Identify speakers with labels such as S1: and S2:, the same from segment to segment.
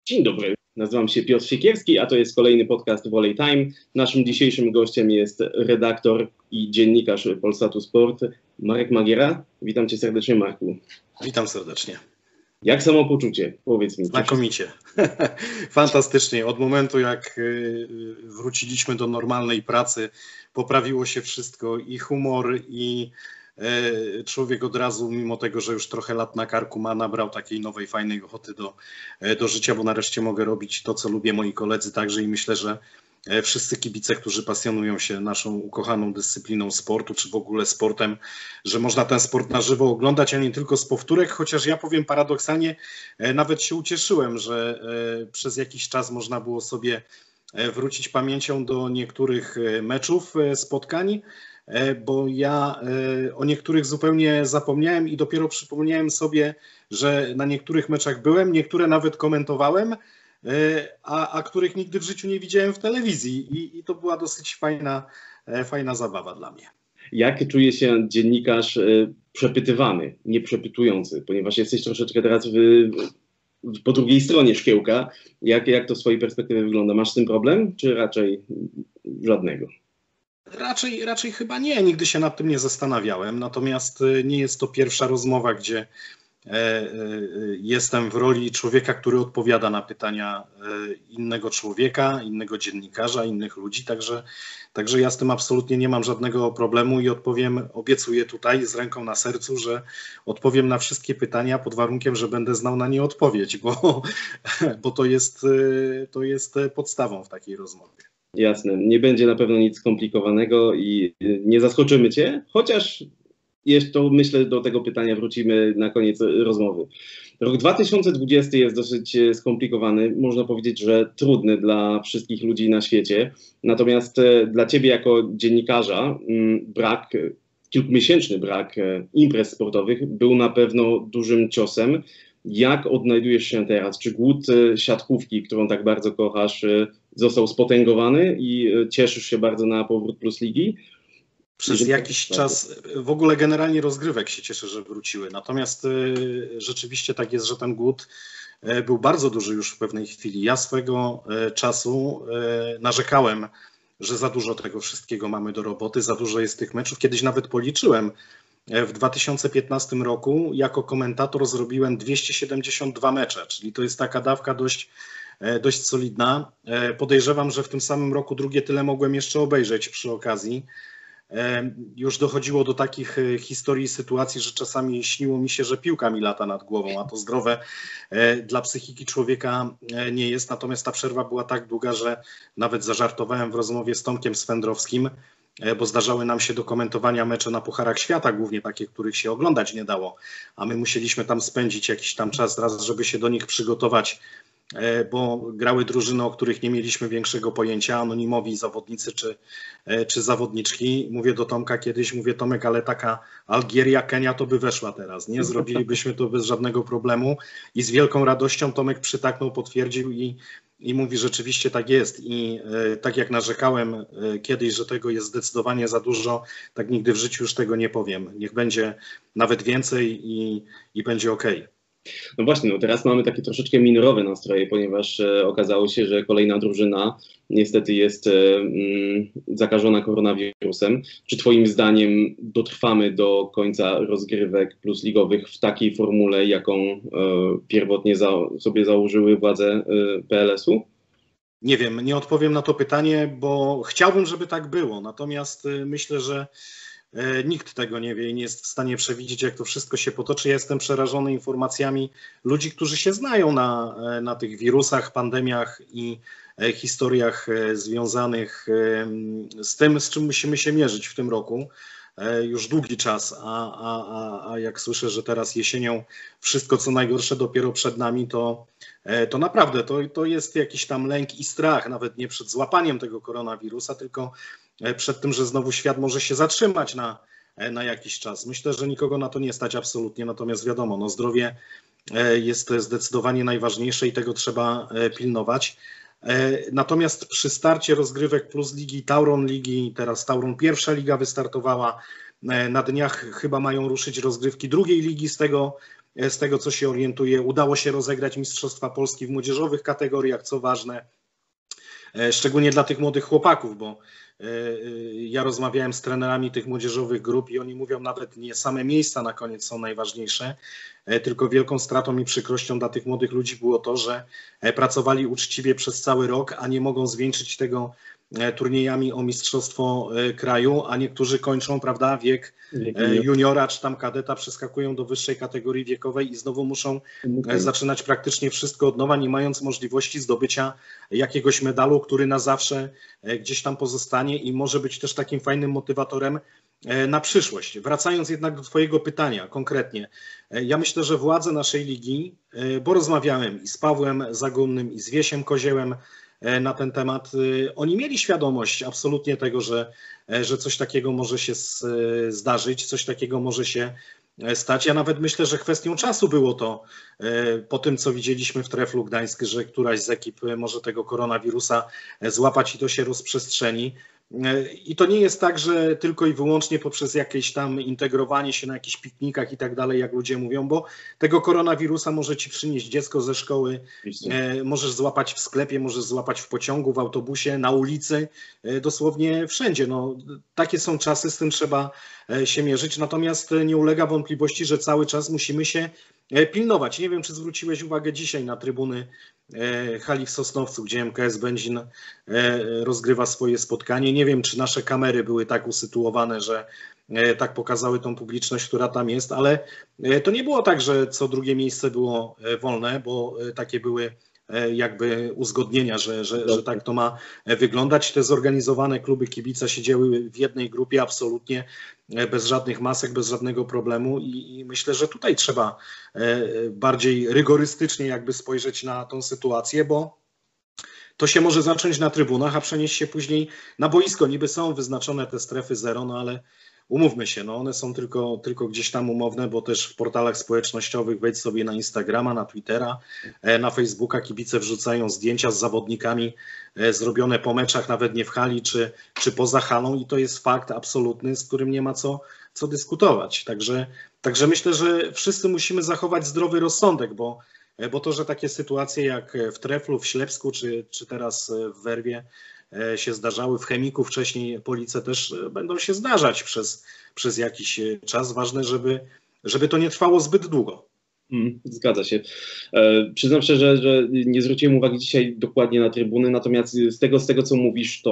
S1: Dzień dobry, nazywam się Piotr Siekierski, a to jest kolejny podcast Volley Time. Naszym dzisiejszym gościem jest redaktor i dziennikarz Polsatu Sport Marek Magiera. Witam cię serdecznie, Marku.
S2: Witam serdecznie.
S1: Jak samopoczucie? Powiedz mi.
S2: Znakomicie. Fantastycznie. Od momentu, jak wróciliśmy do normalnej pracy, poprawiło się wszystko, i humor, i człowiek od razu, mimo tego, że już trochę lat na karku ma, nabrał takiej nowej, fajnej ochoty do życia, bo nareszcie mogę robić to, co lubię, moi koledzy także, i myślę, że wszyscy kibice, którzy pasjonują się naszą ukochaną dyscypliną sportu, czy w ogóle sportem, że można ten sport na żywo oglądać, a nie tylko z powtórek, chociaż ja powiem paradoksalnie, nawet się ucieszyłem, że przez jakiś czas można było sobie wrócić pamięcią do niektórych meczów, spotkań, bo ja o niektórych zupełnie zapomniałem i dopiero przypomniałem sobie, że na niektórych meczach byłem, niektóre nawet komentowałem, a których nigdy w życiu nie widziałem w telewizji, i to była dosyć fajna zabawa dla mnie.
S1: Jak czuje się dziennikarz przepytywany, nie przepytujący, ponieważ jesteś troszeczkę teraz po drugiej stronie szkiełka. Jak to z twojej perspektywy wygląda? Masz z tym problem, czy raczej żadnego?
S2: Raczej chyba nie, nigdy się nad tym nie zastanawiałem, natomiast nie jest to pierwsza rozmowa, gdzie jestem w roli człowieka, który odpowiada na pytania innego człowieka, innego dziennikarza, innych ludzi, także ja z tym absolutnie nie mam żadnego problemu i odpowiem, obiecuję tutaj z ręką na sercu, że odpowiem na wszystkie pytania pod warunkiem, że będę znał na nie odpowiedź, bo to jest podstawą w takiej rozmowie.
S1: Jasne, nie będzie na pewno nic skomplikowanego i nie zaskoczymy cię, chociaż jeszcze myślę, do tego pytania wrócimy na koniec rozmowy. Rok 2020 jest dosyć skomplikowany, można powiedzieć, że trudny dla wszystkich ludzi na świecie. Natomiast dla ciebie jako dziennikarza kilkumiesięczny brak imprez sportowych był na pewno dużym ciosem. Jak odnajdujesz się teraz? Czy głód siatkówki, którą tak bardzo kochasz, został spotęgowany i cieszysz się bardzo na powrót Plus Ligi?
S2: Przez jakiś czas, w ogóle generalnie rozgrywek się cieszę, że wróciły. Natomiast rzeczywiście tak jest, że ten głód był bardzo duży już w pewnej chwili. Ja swego czasu narzekałem, że za dużo tego wszystkiego mamy do roboty, za dużo jest tych meczów. Kiedyś nawet policzyłem. W 2015 roku jako komentator zrobiłem 272 mecze, czyli to jest taka dawka dość solidna. Podejrzewam, że w tym samym roku drugie tyle mogłem jeszcze obejrzeć przy okazji. Już dochodziło do takich historii, sytuacji, że czasami śniło mi się, że piłka mi lata nad głową, a to zdrowe dla psychiki człowieka nie jest. Natomiast ta przerwa była tak długa, że nawet zażartowałem w rozmowie z Tomkiem Swędrowskim, bo zdarzały nam się do komentowania mecze na Pucharach Świata, głównie takie, których się oglądać nie dało, a my musieliśmy tam spędzić jakiś tam czas, raz, żeby się do nich przygotować, bo grały drużyny, o których nie mieliśmy większego pojęcia, anonimowi zawodnicy czy zawodniczki. Mówię do Tomka kiedyś, Tomek, ale taka Algieria, Kenia to by weszła teraz, nie? Zrobilibyśmy to bez żadnego problemu, i z wielką radością Tomek przytaknął, potwierdził i mówi, rzeczywiście tak jest. I tak jak narzekałem kiedyś, że tego jest zdecydowanie za dużo, tak nigdy w życiu już tego nie powiem. Niech będzie nawet więcej i będzie okej.
S1: No właśnie, teraz mamy takie troszeczkę minorowe nastroje, ponieważ okazało się, że kolejna drużyna niestety jest zakażona koronawirusem. Czy twoim zdaniem dotrwamy do końca rozgrywek plus ligowych w takiej formule, jaką pierwotnie sobie założyły władze PLS-u?
S2: Nie wiem, nie odpowiem na to pytanie, bo chciałbym, żeby tak było. Natomiast myślę, że nikt tego nie wie i nie jest w stanie przewidzieć, jak to wszystko się potoczy. Ja jestem przerażony informacjami ludzi, którzy się znają na tych wirusach, pandemiach i historiach związanych z tym, z czym musimy się mierzyć w tym roku. Już długi czas, a jak słyszę, że teraz jesienią wszystko co najgorsze dopiero przed nami, to naprawdę to jest jakiś tam lęk i strach, nawet nie przed złapaniem tego koronawirusa, tylko przed tym, że znowu świat może się zatrzymać na jakiś czas. Myślę, że nikogo na to nie stać absolutnie, natomiast wiadomo, zdrowie jest zdecydowanie najważniejsze i tego trzeba pilnować. Natomiast przy starcie rozgrywek Plus Ligi, Tauron Ligi, teraz Tauron pierwsza liga wystartowała, na dniach chyba mają ruszyć rozgrywki drugiej ligi, z tego z tego co się orientuję, udało się rozegrać Mistrzostwa Polski w młodzieżowych kategoriach, co ważne, szczególnie dla tych młodych chłopaków, bo ja rozmawiałem z trenerami tych młodzieżowych grup i oni mówią, nawet nie same miejsca na koniec są najważniejsze, tylko wielką stratą i przykrością dla tych młodych ludzi było to, że pracowali uczciwie przez cały rok, a nie mogą zwieńczyć tego turniejami o mistrzostwo kraju, a niektórzy kończą, prawda, wiek juniora czy tam kadeta, przeskakują do wyższej kategorii wiekowej i znowu muszą zaczynać praktycznie wszystko od nowa, nie mając możliwości zdobycia jakiegoś medalu, który na zawsze gdzieś tam pozostanie i może być też takim fajnym motywatorem na przyszłość. Wracając jednak do twojego pytania konkretnie, ja myślę, że władze naszej ligi, bo rozmawiałem i z Pawłem Zagunnym i z Wiesiem Koziełem na ten temat, oni mieli świadomość absolutnie tego, że coś takiego może się zdarzyć, coś takiego może się stać. Ja nawet myślę, że kwestią czasu było to, po tym co widzieliśmy w Treflu Gdańsk, że któraś z ekip może tego koronawirusa złapać i to się rozprzestrzeni. I to nie jest tak, że tylko i wyłącznie poprzez jakieś tam integrowanie się na jakichś piknikach i tak dalej, jak ludzie mówią, bo tego koronawirusa może ci przynieść dziecko ze szkoły, możesz złapać w sklepie, możesz złapać w pociągu, w autobusie, na ulicy, dosłownie wszędzie. No, takie są czasy, z tym trzeba się mierzyć, natomiast nie ulega wątpliwości, że cały czas musimy się pilnować. Nie wiem, czy zwróciłeś uwagę dzisiaj na trybuny hali w Sosnowcu, gdzie MKS Będzin rozgrywa swoje spotkanie. Nie wiem, czy nasze kamery były tak usytuowane, że tak pokazały tą publiczność, która tam jest, ale to nie było tak, że co drugie miejsce było wolne, bo takie były jakby uzgodnienia, że tak to ma wyglądać. Te zorganizowane kluby kibica siedziały w jednej grupie absolutnie bez żadnych masek, bez żadnego problemu i myślę, że tutaj trzeba bardziej rygorystycznie jakby spojrzeć na tą sytuację, bo to się może zacząć na trybunach, a przenieść się później na boisko. Niby są wyznaczone te strefy zero, no ale umówmy się, no one są tylko gdzieś tam umowne, bo też w portalach społecznościowych, wejdź sobie na Instagrama, na Twittera, na Facebooka, kibice wrzucają zdjęcia z zawodnikami zrobione po meczach, nawet nie w hali czy poza halą i to jest fakt absolutny, z którym nie ma co dyskutować. Także myślę, że wszyscy musimy zachować zdrowy rozsądek, bo to, że takie sytuacje jak w Treflu, w Ślepsku czy teraz w Werwie się zdarzały, w Chemiku wcześniej, Police też będą się zdarzać przez jakiś czas. Ważne, żeby to nie trwało zbyt długo.
S1: Zgadza się. Przyznam szczerze, że nie zwróciłem uwagi dzisiaj dokładnie na trybuny, natomiast z tego co mówisz,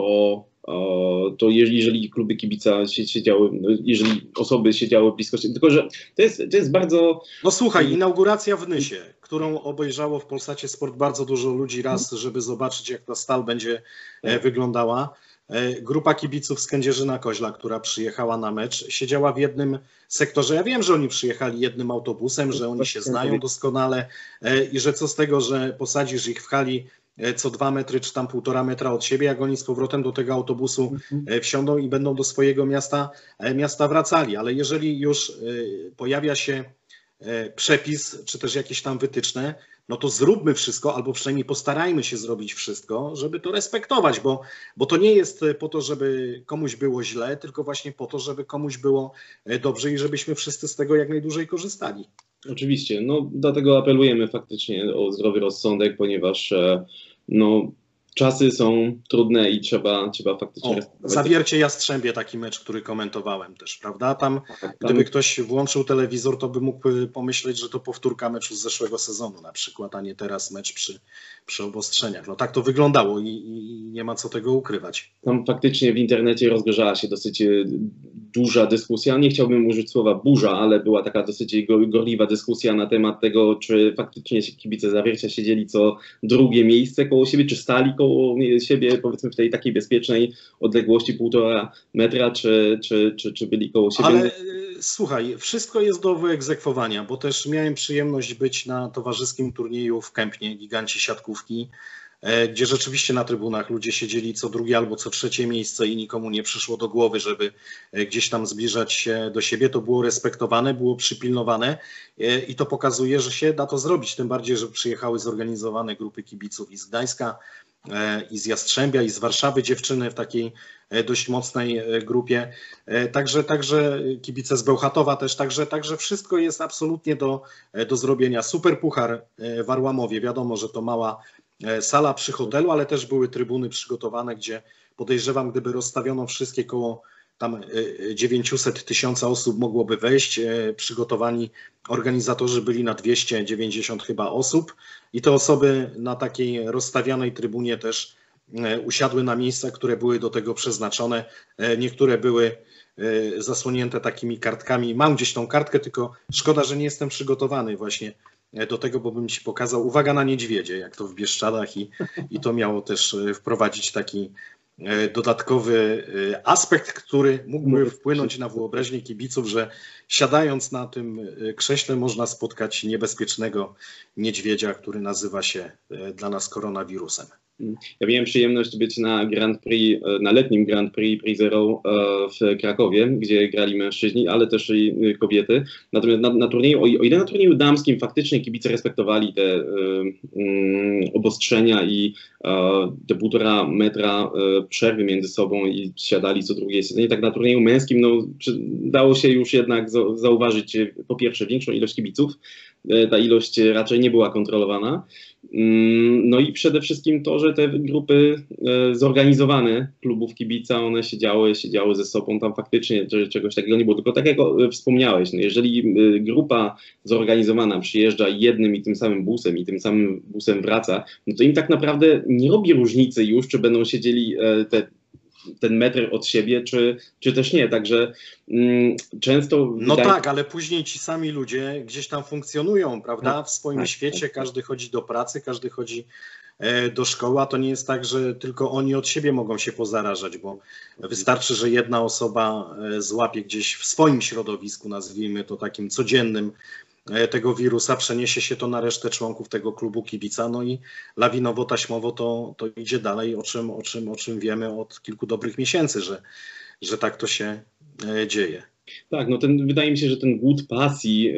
S1: to jeżeli kluby kibica siedziały, jeżeli osoby siedziały blisko siebie, tylko że to jest bardzo...
S2: No słuchaj, inauguracja w Nysie, którą obejrzało w Polsacie Sport bardzo dużo ludzi raz, żeby zobaczyć, jak ta stal będzie wyglądała. Grupa kibiców z Kędzierzyna-Koźla, która przyjechała na mecz, siedziała w jednym sektorze. Ja wiem, że oni przyjechali jednym autobusem, że oni się znają doskonale i że co z tego, że posadzisz ich w hali co 2 metry czy tam 1,5 metra od siebie, jak oni z powrotem do tego autobusu wsiądą i będą do swojego miasta wracali. Ale jeżeli już pojawia się przepis czy też jakieś tam wytyczne, no to zróbmy wszystko, albo przynajmniej postarajmy się zrobić wszystko, żeby to respektować, bo to nie jest po to, żeby komuś było źle, tylko właśnie po to, żeby komuś było dobrze i żebyśmy wszyscy z tego jak najdłużej korzystali.
S1: Oczywiście, no dlatego apelujemy faktycznie o zdrowy rozsądek, ponieważ no, czasy są trudne i trzeba faktycznie...
S2: Zawiercie Jastrzębie, taki mecz, który komentowałem też, prawda? Tam gdyby ktoś włączył telewizor, to by mógł pomyśleć, że to powtórka meczu z zeszłego sezonu na przykład, a nie teraz mecz przy obostrzeniach. No tak to wyglądało i nie ma co tego ukrywać.
S1: Tam faktycznie w internecie rozgorzała się dosyć duża dyskusja. Nie chciałbym użyć słowa burza, ale była taka dosyć gorliwa dyskusja na temat tego, czy faktycznie kibice Zawiercia siedzieli co drugie miejsce koło siebie, czy stali koło siebie, powiedzmy w tej takiej bezpiecznej odległości 1,5 metra, czy byli koło siebie.
S2: Ale słuchaj, wszystko jest do wyegzekwowania, bo też miałem przyjemność być na towarzyskim turnieju w Kępnie, Giganci Siatkówki, gdzie rzeczywiście na trybunach ludzie siedzieli co drugie albo co trzecie miejsce i nikomu nie przyszło do głowy, żeby gdzieś tam zbliżać się do siebie. To było respektowane, było przypilnowane i to pokazuje, że się da to zrobić. Tym bardziej, że przyjechały zorganizowane grupy kibiców i z Gdańska, i z Jastrzębia, i z Warszawy dziewczyny w takiej dość mocnej grupie. Także kibice z Bełchatowa też, także wszystko jest absolutnie do zrobienia. Superpuchar w Arłamowie, wiadomo, że to mała sala przy hotelu, ale też były trybuny przygotowane, gdzie podejrzewam, gdyby rozstawiono wszystkie koło tam 900 000 osób mogłoby wejść. Przygotowani organizatorzy byli na 290 chyba osób i te osoby na takiej rozstawianej trybunie też usiadły na miejsca, które były do tego przeznaczone. Niektóre były zasłonięte takimi kartkami. Mam gdzieś tą kartkę, tylko szkoda, że nie jestem przygotowany właśnie do tego, bo bym ci pokazał. Uwaga na niedźwiedzie, jak to w Bieszczadach i to miało też wprowadzić taki dodatkowy aspekt, który mógłby wpłynąć na wyobraźnię kibiców, że siadając na tym krześle można spotkać niebezpiecznego niedźwiedzia, który nazywa się dla nas koronawirusem.
S1: Ja miałem przyjemność być na Grand Prix, na letnim Grand Prix Prix Zero w Krakowie, gdzie grali mężczyźni, ale też i kobiety. Natomiast na turnieju, o ile na turnieju damskim faktycznie kibice respektowali te obostrzenia i te 1,5 metra przerwy między sobą i siadali co drugie siedzenie, tak na turnieju męskim no, dało się już jednak zauważyć po pierwsze większą ilość kibiców. Ta ilość raczej nie była kontrolowana. No i przede wszystkim to, że te grupy zorganizowane klubów kibica, one siedziały ze sobą, tam faktycznie czegoś takiego nie było. Tylko tak jak wspomniałeś, no jeżeli grupa zorganizowana przyjeżdża jednym i tym samym busem i tym samym busem wraca, no to im tak naprawdę nie robi różnicy już, czy będą siedzieli ten metr od siebie, czy też nie. Także często...
S2: No tak, ale później ci sami ludzie gdzieś tam funkcjonują, prawda? W swoim świecie, każdy chodzi do pracy, każdy chodzi do szkoły, a to nie jest tak, że tylko oni od siebie mogą się pozarażać, bo wystarczy, że jedna osoba złapie gdzieś w swoim środowisku, nazwijmy to takim codziennym, tego wirusa, przeniesie się to na resztę członków tego klubu kibica, no i lawinowo, taśmowo to idzie dalej, o czym wiemy od kilku dobrych miesięcy, że tak to się dzieje.
S1: Tak, no wydaje mi się, że ten głód pasji,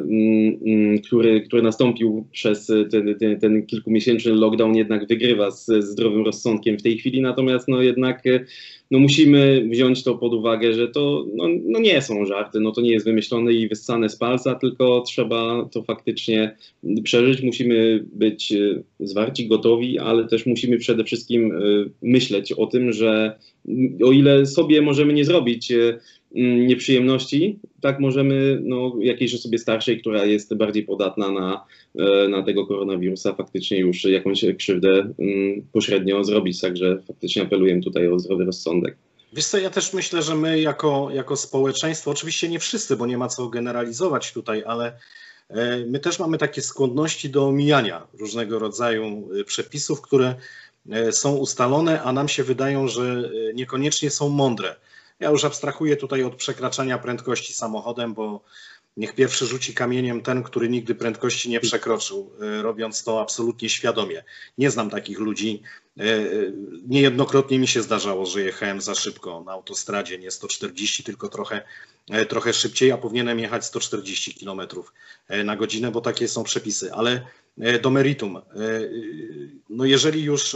S1: który nastąpił przez ten kilkumiesięczny lockdown, jednak wygrywa z zdrowym rozsądkiem w tej chwili, natomiast no jednak no musimy wziąć to pod uwagę, że to no nie są żarty, no to nie jest wymyślone i wyssane z palca, tylko trzeba to faktycznie przeżyć, musimy być zwarci, gotowi, ale też musimy przede wszystkim myśleć o tym, że o ile sobie możemy nie zrobić nieprzyjemności, tak możemy jakiejś osobie starszej, która jest bardziej podatna na tego koronawirusa, faktycznie już jakąś krzywdę pośrednio zrobić, także faktycznie apeluję tutaj o zdrowy rozsądek.
S2: Wiesz co, ja też myślę, że my jako społeczeństwo, oczywiście nie wszyscy, bo nie ma co generalizować tutaj, ale my też mamy takie skłonności do omijania różnego rodzaju przepisów, które są ustalone, a nam się wydają, że niekoniecznie są mądre. Ja już abstrahuję tutaj od przekraczania prędkości samochodem, bo niech pierwszy rzuci kamieniem ten, który nigdy prędkości nie przekroczył, robiąc to absolutnie świadomie. Nie znam takich ludzi. Niejednokrotnie mi się zdarzało, że jechałem za szybko na autostradzie, nie 140, tylko trochę szybciej, a powinienem jechać 140 km na godzinę, bo takie są przepisy. Ale do meritum. No jeżeli już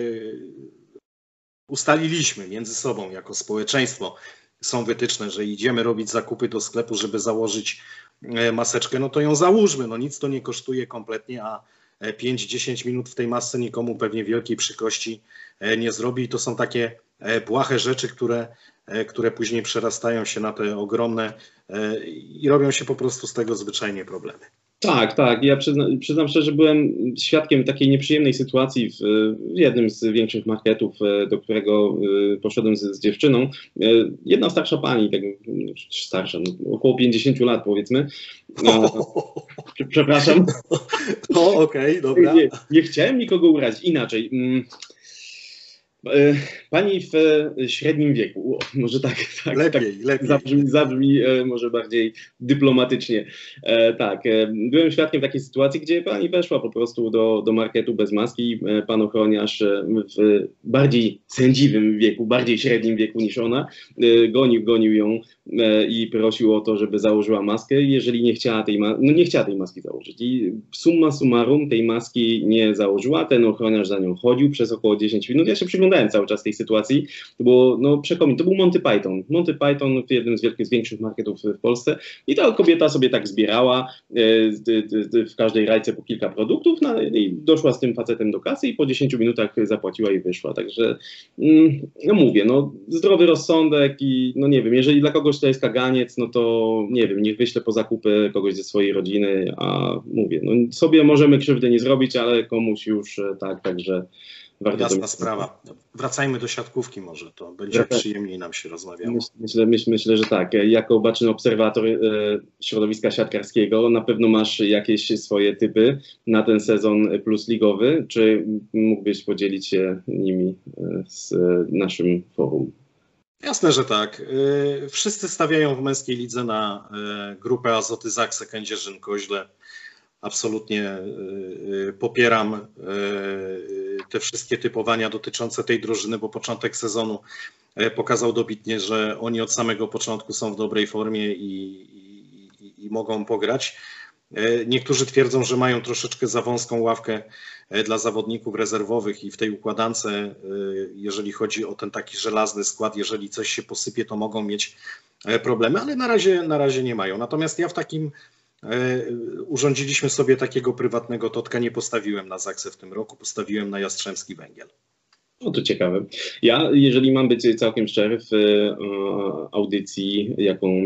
S2: ustaliliśmy między sobą jako społeczeństwo, są wytyczne, że idziemy robić zakupy do sklepu, żeby założyć maseczkę, no to ją załóżmy. No nic to nie kosztuje kompletnie, a 5-10 minut w tej masce nikomu pewnie wielkiej przykrości nie zrobi. I to są takie błahe rzeczy, które później przerastają się na te ogromne i robią się po prostu z tego zwyczajnie problemy.
S1: Tak. Ja przyznam szczerze, że byłem świadkiem takiej nieprzyjemnej sytuacji w jednym z większych marketów, do którego poszedłem z dziewczyną. Jedna starsza pani, tak starsza, około 50 lat powiedzmy. Przepraszam.
S2: Okej, dobra.
S1: Nie chciałem nikogo urazić. Inaczej. Pani w średnim wieku, może tak
S2: Lepiej.
S1: Zabrzmi może bardziej dyplomatycznie. Tak, byłem świadkiem takiej sytuacji, gdzie pani weszła po prostu do marketu bez maski. Pan ochroniarz w bardziej sędziwym wieku, bardziej średnim wieku niż ona, gonił ją i prosił o to, żeby założyła maskę. Jeżeli nie chciała tej maski założyć. I summa summarum tej maski nie założyła. Ten ochroniarz za nią chodził przez około 10 minut. Ja się przyglądałem cały czas tej sytuacji. To było, to był Monty Python. Monty Python w jednym z większych marketów w Polsce. I ta kobieta sobie tak zbierała w każdej rajce po kilka produktów i doszła z tym facetem do kasy i po 10 minutach zapłaciła i wyszła. Także mówię, zdrowy rozsądek i nie wiem, jeżeli dla kogoś to jest kaganiec, no to nie wiem, niech wyśle po zakupy kogoś ze swojej rodziny, a mówię, sobie możemy krzywdy nie zrobić, ale komuś już tak, także warto.
S2: Jasna sprawa. Wracajmy do siatkówki może, to będzie przyjemniej nam się rozmawiało.
S1: Myślę, że tak. Jako baczny obserwator środowiska siatkarskiego na pewno masz jakieś swoje typy na ten sezon plus ligowy. Czy mógłbyś podzielić się nimi z naszym forum?
S2: Jasne, że tak. Wszyscy stawiają w męskiej lidze na grupę Azoty Zakse Kędzierzyn-Koźle. Absolutnie popieram te wszystkie typowania dotyczące tej drużyny, bo początek sezonu pokazał dobitnie, że oni od samego początku są w dobrej formie i mogą pograć. Niektórzy twierdzą, że mają troszeczkę za wąską ławkę dla zawodników rezerwowych i w tej układance, jeżeli chodzi o ten taki żelazny skład, jeżeli coś się posypie, to mogą mieć problemy, ale na razie nie mają. Natomiast ja urządziliśmy sobie takiego prywatnego totka, nie postawiłem na Zaksę w tym roku, postawiłem na Jastrzębski Węgiel.
S1: No to ciekawe. Ja, jeżeli mam być całkiem szczery, w audycji,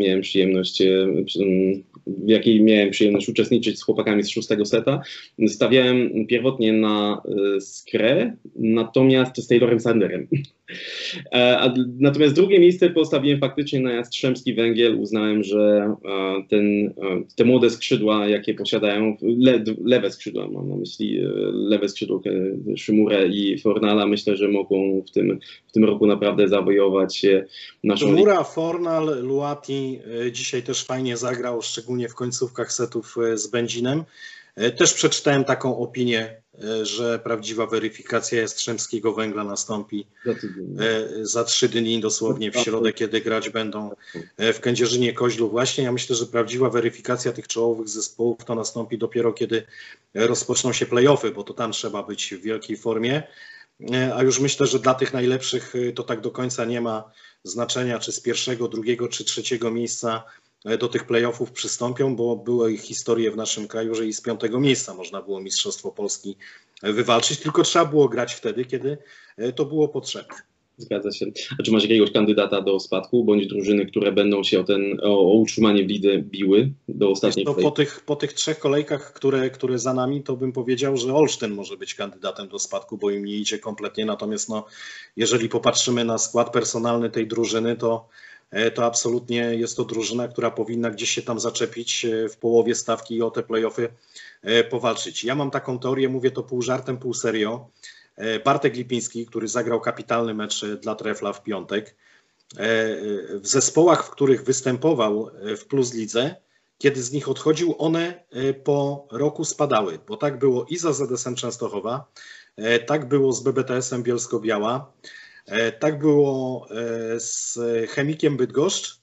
S1: w jakiej miałem przyjemność uczestniczyć z chłopakami z 6. seta, stawiałem pierwotnie na Skrę, natomiast z Taylorem Sanderem. Natomiast drugie miejsce postawiłem faktycznie na Jastrzębski Węgiel. Uznałem, że te młode skrzydła, jakie posiadają, lewe skrzydła, mam na myśli lewe skrzydło Szymurę i Fornala, myślę, że mogą w tym roku naprawdę zawojować naszą ligę.
S2: Szymura, Fornal, Luati dzisiaj też fajnie zagrał, szczególnie w końcówkach setów z Będzinem. Też przeczytałem taką opinię, że prawdziwa weryfikacja Jastrzębskiego Węgla nastąpi za 3 dni, dosłownie w środę, kiedy grać będą w Kędzierzynie-Koźlu właśnie. Ja myślę, że prawdziwa weryfikacja tych czołowych zespołów to nastąpi dopiero, kiedy rozpoczną się play-offy, bo to tam trzeba być w wielkiej formie. A już myślę, że dla tych najlepszych to tak do końca nie ma znaczenia, czy z 1., 2. czy 3. miejsca do tych play-offów przystąpią, bo były ich historie w naszym kraju, że i z 5. miejsca można było Mistrzostwo Polski wywalczyć, tylko trzeba było grać wtedy, kiedy to było potrzebne.
S1: Zgadza się. A czy masz jakiegoś kandydata do spadku, bądź drużyny, które będą się o utrzymanie w lidze biły do ostatniej kolejki?
S2: Po tych 3 kolejkach, które za nami, to bym powiedział, że Olsztyn może być kandydatem do spadku, bo im nie idzie kompletnie. Natomiast jeżeli popatrzymy na skład personalny tej drużyny, to absolutnie jest to drużyna, która powinna gdzieś się tam zaczepić w połowie stawki i o te play-offy powalczyć. Ja mam taką teorię, mówię to pół żartem, pół serio. Bartek Lipiński, który zagrał kapitalny mecz dla Trefla w piątek, w zespołach, w których występował w Plus Lidze, kiedy z nich odchodził, one po roku spadały, bo tak było i za ZS-em Częstochowa, tak było z BBTS-em Bielsko-Biała, tak było z Chemikiem Bydgoszcz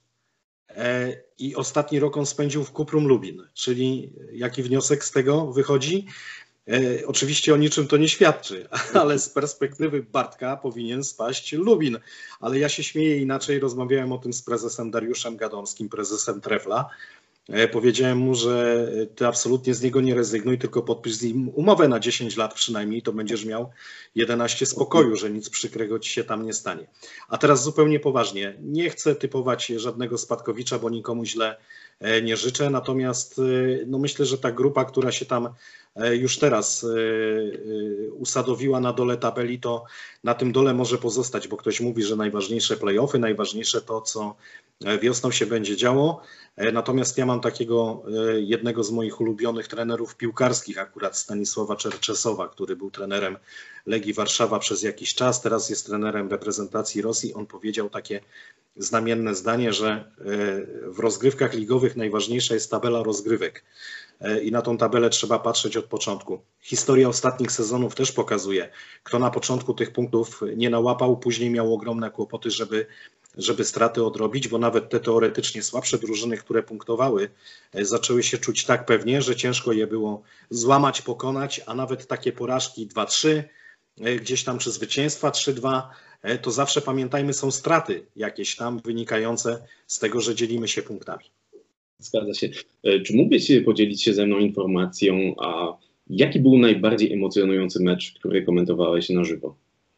S2: i ostatni rok on spędził w Cuprum Lubin. Czyli jaki wniosek z tego wychodzi? Oczywiście o niczym to nie świadczy, ale z perspektywy Bartka powinien spaść Lubin. Ale ja się śmieję inaczej, rozmawiałem o tym z prezesem Dariuszem Gadomskim, prezesem Trefla. Powiedziałem mu, że ty absolutnie z niego nie rezygnuj, tylko podpisz z nim umowę na 10 lat przynajmniej, to będziesz miał 11 spokoju, że nic przykrego ci się tam nie stanie. A teraz zupełnie poważnie, nie chcę typować żadnego spadkowicza, bo nikomu źle nie życzę, natomiast myślę, że ta grupa, która się tam już teraz usadowiła na dole tabeli, to na tym dole może pozostać, bo ktoś mówi, że najważniejsze play-offy, najważniejsze to, co wiosną się będzie działo. Natomiast ja mam takiego jednego z moich ulubionych trenerów piłkarskich, akurat Stanisława Czerczesowa, który był trenerem Legii Warszawa przez jakiś czas, teraz jest trenerem reprezentacji Rosji. On powiedział takie znamienne zdanie, że w rozgrywkach ligowych najważniejsza jest tabela rozgrywek i na tą tabelę trzeba patrzeć od początku. Historia ostatnich sezonów też pokazuje, kto na początku tych punktów nie nałapał, później miał ogromne kłopoty, żeby straty odrobić, bo nawet te teoretycznie słabsze drużyny, które punktowały, zaczęły się czuć tak pewnie, że ciężko je było złamać, pokonać, a nawet takie porażki 2-3, gdzieś tam czy zwycięstwa 3-2, to zawsze pamiętajmy, są straty jakieś tam wynikające z tego, że dzielimy się punktami.
S1: Zgadza się. Czy mógłbyś podzielić się ze mną informacją, a jaki był najbardziej emocjonujący mecz, który komentowałeś na żywo?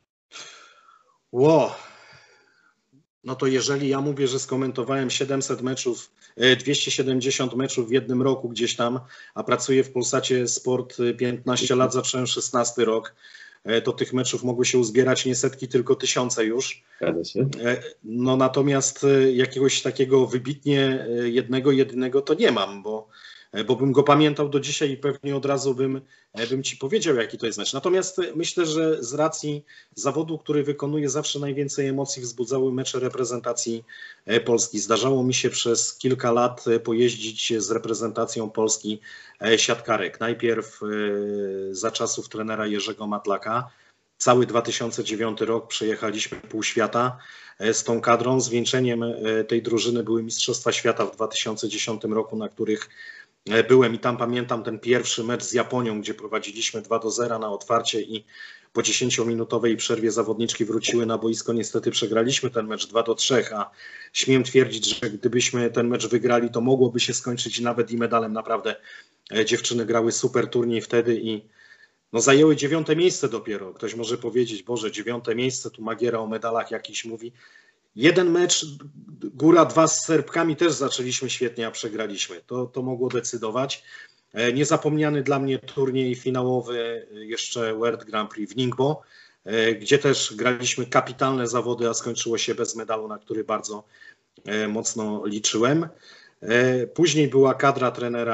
S2: No to jeżeli ja mówię, że skomentowałem 700 meczów, 270 meczów w jednym roku gdzieś tam, a pracuję w Polsacie Sport 15 lat, zacząłem 16 rok, to tych meczów mogły się uzbierać nie setki, tylko tysiące już.
S1: Zgadza się.
S2: No natomiast jakiegoś takiego wybitnie jedynego to nie mam, bo bym go pamiętał do dzisiaj i pewnie od razu bym ci powiedział, jaki to jest mecz. Natomiast myślę, że z racji zawodu, który wykonuję, zawsze najwięcej emocji wzbudzały mecze reprezentacji Polski. Zdarzało mi się przez kilka lat pojeździć z reprezentacją Polski siatkarek. Najpierw za czasów trenera Jerzego Matlaka. Cały 2009 rok przejechaliśmy pół świata z tą kadrą. Zwieńczeniem tej drużyny były Mistrzostwa Świata w 2010 roku, na których byłem i tam pamiętam ten pierwszy mecz z Japonią, gdzie prowadziliśmy 2-0 na otwarcie i po 10-minutowej przerwie zawodniczki wróciły na boisko. Niestety przegraliśmy ten mecz 2-3, a śmiem twierdzić, że gdybyśmy ten mecz wygrali, to mogłoby się skończyć nawet i medalem. Naprawdę dziewczyny grały super turniej wtedy i no zajęły 9. miejsce dopiero. Ktoś może powiedzieć, Boże, 9. miejsce, tu Magiera o medalach jakiś mówi. Jeden mecz, góra 2 z Serbkami też zaczęliśmy świetnie, a przegraliśmy. To mogło decydować. Niezapomniany dla mnie turniej finałowy jeszcze World Grand Prix w Ningbo, gdzie też graliśmy kapitalne zawody, a skończyło się bez medalu, na który bardzo mocno liczyłem. Później była kadra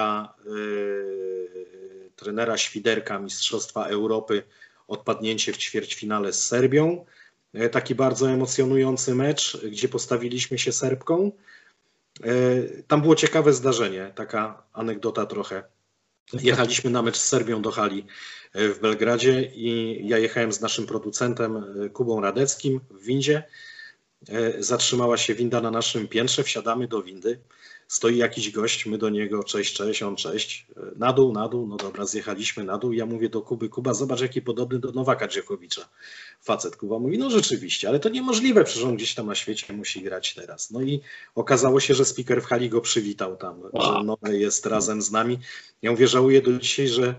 S2: trenera Świderka, Mistrzostwa Europy, odpadnięcie w ćwierćfinale z Serbią. Taki bardzo emocjonujący mecz, gdzie postawiliśmy się Serbką. Tam było ciekawe zdarzenie, taka anegdota trochę. Jechaliśmy na mecz z Serbią do hali w Belgradzie i ja jechałem z naszym producentem Kubą Radeckim w windzie. Zatrzymała się winda na naszym piętrze, wsiadamy do windy. Stoi jakiś gość, my do niego cześć, cześć, on cześć. Na dół, no dobra, zjechaliśmy na dół. Ja mówię do Kuby, Kuba, zobacz jaki podobny do Nowaka Dżechowicza. Facet. Kuba mówi, no rzeczywiście, ale to niemożliwe, przecież on gdzieś tam na świecie musi grać teraz. No i okazało się, że speaker w hali go przywitał tam, że Nowe jest razem z nami. Ja mówię, żałuję do dzisiaj, że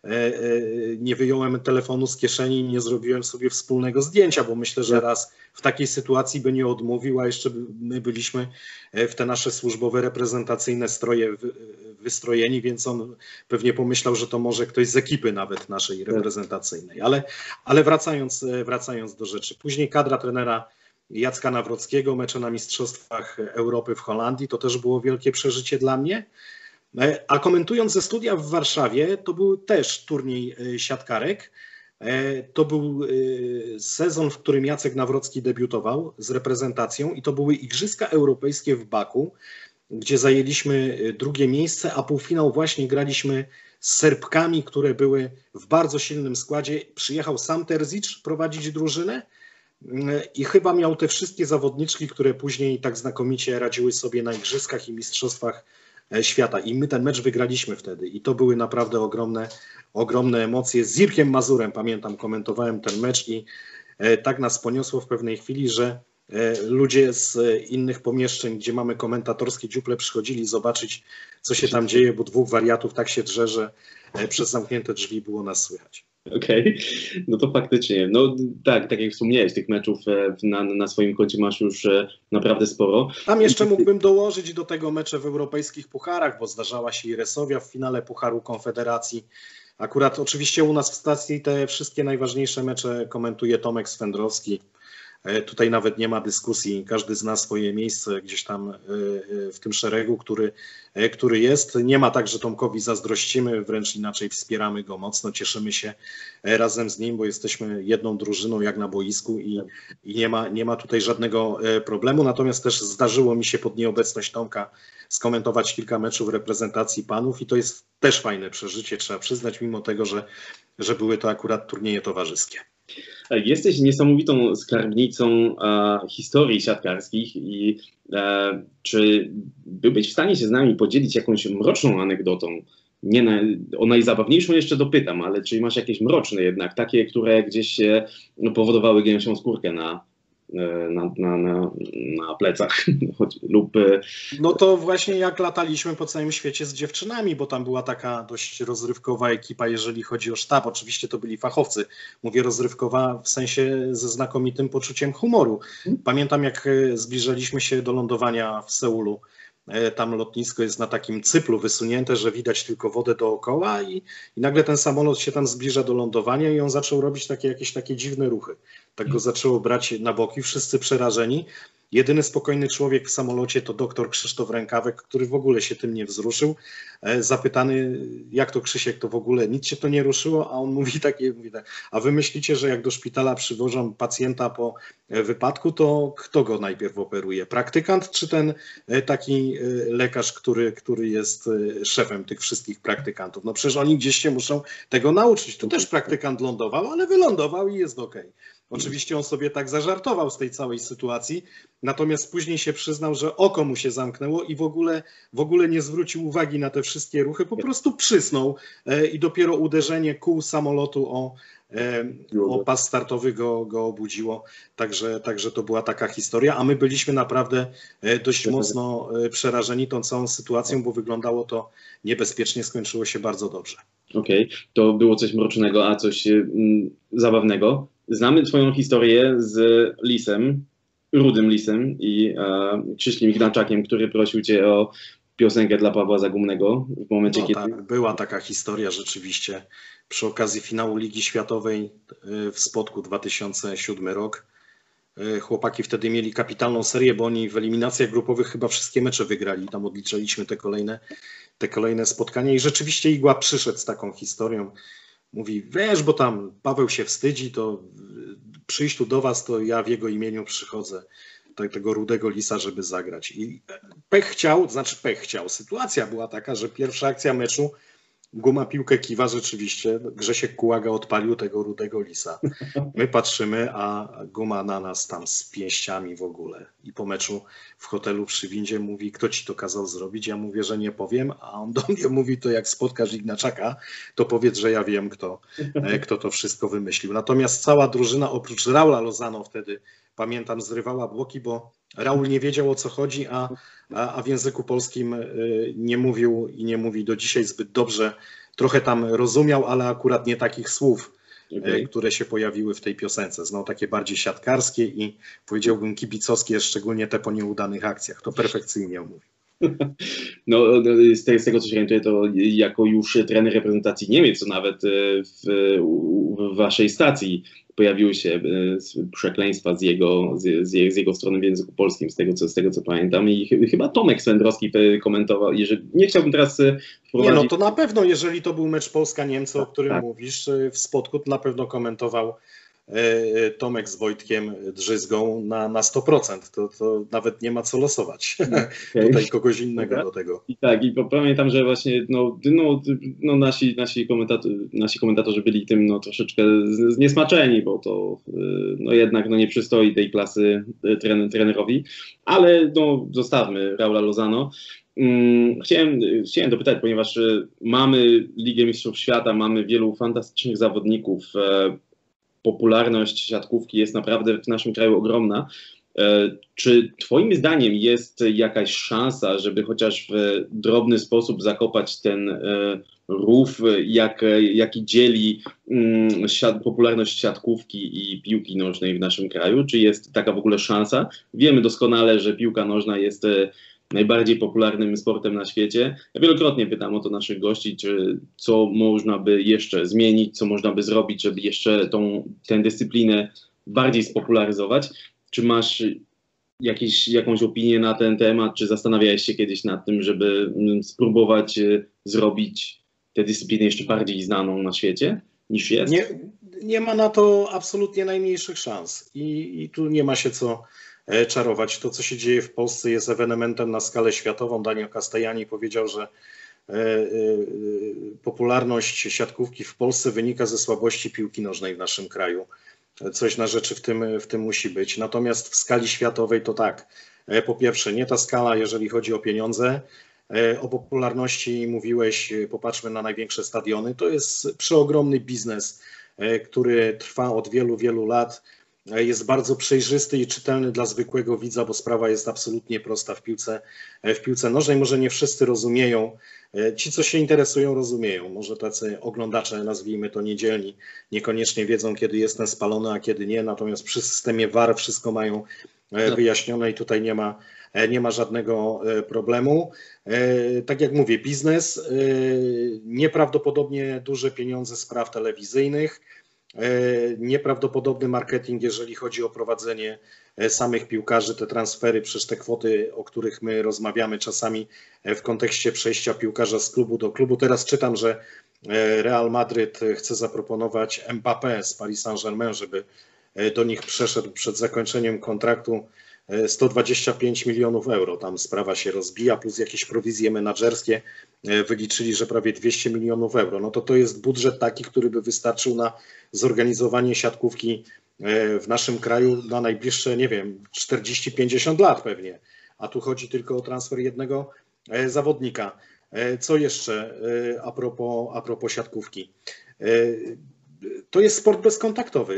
S2: nie wyjąłem telefonu z kieszeni i nie zrobiłem sobie wspólnego zdjęcia, bo myślę, że raz w takiej sytuacji by nie odmówił, a jeszcze my byliśmy w te nasze służbowe, reprezentacyjne stroje wystrojeni, więc on pewnie pomyślał, że to może ktoś z ekipy nawet naszej reprezentacyjnej. Ale wracając do rzeczy. Później kadra trenera Jacka Nawrockiego, mecze na Mistrzostwach Europy w Holandii, to też było wielkie przeżycie dla mnie. A komentując ze studia w Warszawie, to był też turniej siatkarek. To był sezon, w którym Jacek Nawrocki debiutował z reprezentacją i to były Igrzyska Europejskie w Baku, gdzie zajęliśmy 2. miejsce, a półfinał właśnie graliśmy z Serbkami, które były w bardzo silnym składzie. Przyjechał sam Terzic prowadzić drużynę i chyba miał te wszystkie zawodniczki, które później tak znakomicie radziły sobie na Igrzyskach i Mistrzostwach Świata. I my ten mecz wygraliśmy wtedy i to były naprawdę ogromne emocje. Z Irkiem Mazurem, pamiętam, komentowałem ten mecz i tak nas poniosło w pewnej chwili, że ludzie z innych pomieszczeń, gdzie mamy komentatorskie dziuple, przychodzili zobaczyć, co się tam dzieje, bo 2 wariatów tak się drze, że przez zamknięte drzwi było nas słychać.
S1: Okej, no to faktycznie. No tak jak wspomniałeś, tych meczów na swoim koncie masz już naprawdę sporo.
S2: Tam jeszcze mógłbym dołożyć do tego mecze w europejskich pucharach, bo zdarzała się i Resowia w finale Pucharu Konfederacji. Akurat oczywiście u nas w stacji te wszystkie najważniejsze mecze komentuje Tomek Swędrowski. Tutaj nawet nie ma dyskusji, każdy zna swoje miejsce gdzieś tam w tym szeregu, który jest. Nie ma tak, że Tomkowi zazdrościmy, wręcz inaczej wspieramy go mocno, cieszymy się razem z nim, bo jesteśmy jedną drużyną jak na boisku i nie ma tutaj żadnego problemu. Natomiast też zdarzyło mi się pod nieobecność Tomka skomentować kilka meczów reprezentacji panów i to jest też fajne przeżycie, trzeba przyznać, mimo tego, że były to akurat turnieje towarzyskie.
S1: Jesteś niesamowitą skarbnicą historii siatkarskich i czy byłbyś w stanie się z nami podzielić jakąś mroczną anegdotą? O najzabawniejszą jeszcze dopytam, ale czy masz jakieś mroczne jednak, takie, które gdzieś powodowały gęsią skórkę na plecach lub...
S2: No to właśnie jak lataliśmy po całym świecie z dziewczynami, bo tam była taka dość rozrywkowa ekipa, jeżeli chodzi o sztab. Oczywiście to byli fachowcy. Mówię rozrywkowa w sensie ze znakomitym poczuciem humoru. Pamiętam, jak zbliżaliśmy się do lądowania w Seulu. Tam lotnisko jest na takim cyplu wysunięte, że widać tylko wodę dookoła i nagle ten samolot się tam zbliża do lądowania i on zaczął robić jakieś takie dziwne ruchy. Tak go zaczęło brać na boki, wszyscy przerażeni. Jedyny spokojny człowiek w samolocie to doktor Krzysztof Rękawek, który w ogóle się tym nie wzruszył. Zapytany, jak to Krzysiek, to w ogóle nic się to nie ruszyło, a on mówi tak, a wy myślicie, że jak do szpitala przywożą pacjenta po wypadku, to kto go najpierw operuje? Praktykant czy ten taki lekarz, który jest szefem tych wszystkich praktykantów? No przecież oni gdzieś się muszą tego nauczyć. Tu też praktykant lądował, ale wylądował i jest okej. Oczywiście on sobie tak zażartował z tej całej sytuacji, natomiast później się przyznał, że oko mu się zamknęło i w ogóle nie zwrócił uwagi na te wszystkie ruchy, po prostu przysnął i dopiero uderzenie kół samolotu o pas startowy go obudziło. Także to była taka historia, a my byliśmy naprawdę dość mocno przerażeni tą całą sytuacją, bo wyglądało to niebezpiecznie, skończyło się bardzo dobrze.
S1: Okej, to było coś mrocznego, a coś zabawnego. Znamy twoją historię z Lisem, Rudym Lisem i Krzyśkiem Ignaczakiem, który prosił cię o piosenkę dla Pawła Zagumnego w momencie, kiedy...
S2: Tak, była taka historia rzeczywiście przy okazji finału Ligi Światowej w Spodku 2007 rok. Chłopaki wtedy mieli kapitalną serię, bo oni w eliminacjach grupowych chyba wszystkie mecze wygrali. Tam odliczaliśmy te kolejne spotkania i rzeczywiście Igła przyszedł z taką historią. Mówi, wiesz, bo tam Paweł się wstydzi, to przyjść tu do was, to ja w jego imieniu przychodzę, tego Rudego Lisa, żeby zagrać. I pech chciał. Sytuacja była taka, że pierwsza akcja meczu, Guma piłkę kiwa rzeczywiście, Grzesiek Kułaga odpalił tego Rudego Lisa. My patrzymy, a Guma na nas tam z pięściami w ogóle. I po meczu w hotelu przy windzie mówi, kto ci to kazał zrobić? Ja mówię, że nie powiem, a on do mnie mówi, to jak spotkasz Ignaczaka, to powiedz, że ja wiem, kto to wszystko wymyślił. Natomiast cała drużyna, oprócz Raula Lozano wtedy, pamiętam, zrywała boki, bo Raul nie wiedział, o co chodzi, a w języku polskim nie mówił i nie mówi do dzisiaj zbyt dobrze. Trochę tam rozumiał, ale akurat nie takich słów, które się pojawiły w tej piosence. Znał takie bardziej siatkarskie i powiedziałbym kibicowskie, szczególnie te po nieudanych akcjach. To perfekcyjnie omówił.
S1: No, z tego co się orientuję, to jako już trener reprezentacji Niemiec, to nawet w waszej stacji pojawiły się przekleństwa z jego strony w języku polskim, z tego co pamiętam. I chyba Tomek Swędrowski komentował, nie chciałbym teraz wprowadzić...
S2: Nie, no to na pewno, jeżeli to był mecz Polska-Niemcy, o którym mówisz, w Spodku, to na pewno komentował Tomek z Wojtkiem Drzyzgą na 100%. To nawet nie ma co losować. Tutaj kogoś innego do tego.
S1: I tak, i pamiętam, że właśnie nasi komentatorzy byli tym troszeczkę zniesmaczeni, bo to jednak nie przystoi tej klasy trenerowi, ale zostawmy Raula Lozano. Chciałem dopytać, ponieważ mamy Ligę Mistrzów Świata, mamy wielu fantastycznych zawodników, popularność siatkówki jest naprawdę w naszym kraju ogromna. Czy twoim zdaniem jest jakaś szansa, żeby chociaż w drobny sposób zakopać ten rów, jaki dzieli popularność siatkówki i piłki nożnej w naszym kraju? Czy jest taka w ogóle szansa? Wiemy doskonale, że piłka nożna jest najbardziej popularnym sportem na świecie. Ja wielokrotnie pytam o to naszych gości, co można by jeszcze zmienić, co można by zrobić, żeby jeszcze tę dyscyplinę bardziej spopularyzować. Czy masz jakąś opinię na ten temat, czy zastanawiałeś się kiedyś nad tym, żeby spróbować zrobić tę dyscyplinę jeszcze bardziej znaną na świecie niż jest?
S2: Nie ma na to absolutnie najmniejszych szans i tu nie ma się co czarować. To, co się dzieje w Polsce, jest ewenementem na skalę światową. Daniel Castellani powiedział, że popularność siatkówki w Polsce wynika ze słabości piłki nożnej w naszym kraju. Coś na rzeczy w tym musi być. Natomiast w skali światowej to tak. Po pierwsze, nie ta skala, jeżeli chodzi o pieniądze. O popularności mówiłeś, popatrzmy na największe stadiony. To jest przeogromny biznes, który trwa od wielu, wielu lat. Jest bardzo przejrzysty i czytelny dla zwykłego widza, bo sprawa jest absolutnie prosta w piłce nożnej. Może nie wszyscy rozumieją. Ci, co się interesują, rozumieją. Może tacy oglądacze, nazwijmy to niedzielni, niekoniecznie wiedzą, kiedy jest ten spalony, a kiedy nie. Natomiast przy systemie VAR wszystko mają wyjaśnione i tutaj nie ma żadnego problemu. Tak jak mówię, biznes, nieprawdopodobnie duże pieniądze z praw telewizyjnych, nieprawdopodobny marketing, jeżeli chodzi o prowadzenie samych piłkarzy, te transfery, przecież te kwoty, o których my rozmawiamy czasami w kontekście przejścia piłkarza z klubu do klubu. Teraz czytam, że Real Madryt chce zaproponować Mbappé z Paris Saint-Germain, żeby do nich przeszedł przed zakończeniem kontraktu 125 milionów euro. Tam sprawa się rozbija, plus jakieś prowizje menadżerskie. Wyliczyli, że prawie 200 milionów euro. No to jest budżet taki, który by wystarczył na zorganizowanie siatkówki w naszym kraju na najbliższe, nie wiem, 40-50 lat pewnie. A tu chodzi tylko o transfer jednego zawodnika. Co jeszcze a propos siatkówki? To jest sport bezkontaktowy.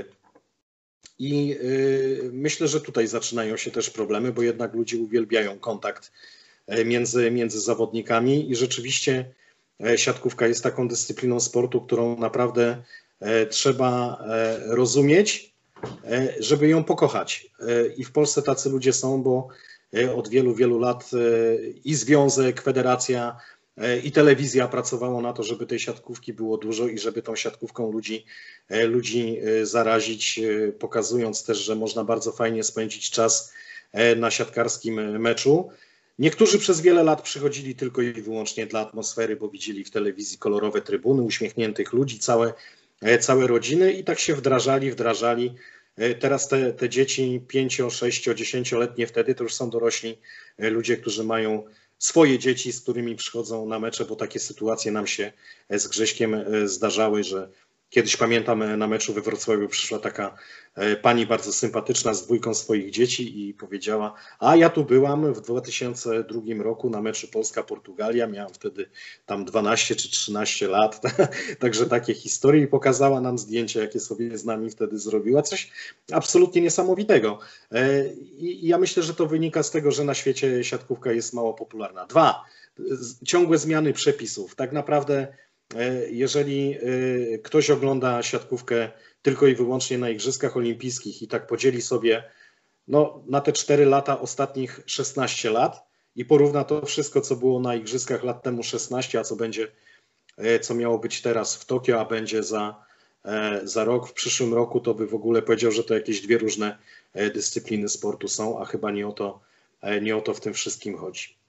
S2: I myślę, że tutaj zaczynają się też problemy, bo jednak ludzie uwielbiają kontakt między zawodnikami i rzeczywiście siatkówka jest taką dyscypliną sportu, którą naprawdę trzeba rozumieć, żeby ją pokochać. I w Polsce tacy ludzie są, bo od wielu, wielu lat i związek, federacja i telewizja pracowało na to, żeby tej siatkówki było dużo i żeby tą siatkówką ludzi zarazić, pokazując też, że można bardzo fajnie spędzić czas na siatkarskim meczu. Niektórzy przez wiele lat przychodzili tylko i wyłącznie dla atmosfery, bo widzieli w telewizji kolorowe trybuny, uśmiechniętych ludzi, całe rodziny i tak się wdrażali. Teraz te dzieci 5, 6, 10-letnie wtedy to już są dorośli ludzie, którzy mają swoje dzieci, z którymi przychodzą na mecze, bo takie sytuacje nam się z Grześkiem zdarzały, że kiedyś pamiętam na meczu we Wrocławiu przyszła taka pani bardzo sympatyczna z 2 swoich dzieci i powiedziała: a ja tu byłam w 2002 roku na meczu Polska-Portugalia, miałam wtedy tam 12 czy 13 lat, także takie historie i pokazała nam zdjęcia, jakie sobie z nami wtedy zrobiła, coś absolutnie niesamowitego. I ja myślę, że to wynika z tego, że na świecie siatkówka jest mało popularna. 2, ciągłe zmiany przepisów. Tak naprawdę jeżeli ktoś ogląda siatkówkę tylko i wyłącznie na Igrzyskach Olimpijskich i tak podzieli sobie na te 4 lata ostatnich 16 lat i porówna to wszystko, co było na Igrzyskach lat temu 16, a co miało być teraz w Tokio, a będzie za rok, w przyszłym roku, to by w ogóle powiedział, że to jakieś 2 różne dyscypliny sportu są, a chyba nie o to w tym wszystkim chodzi.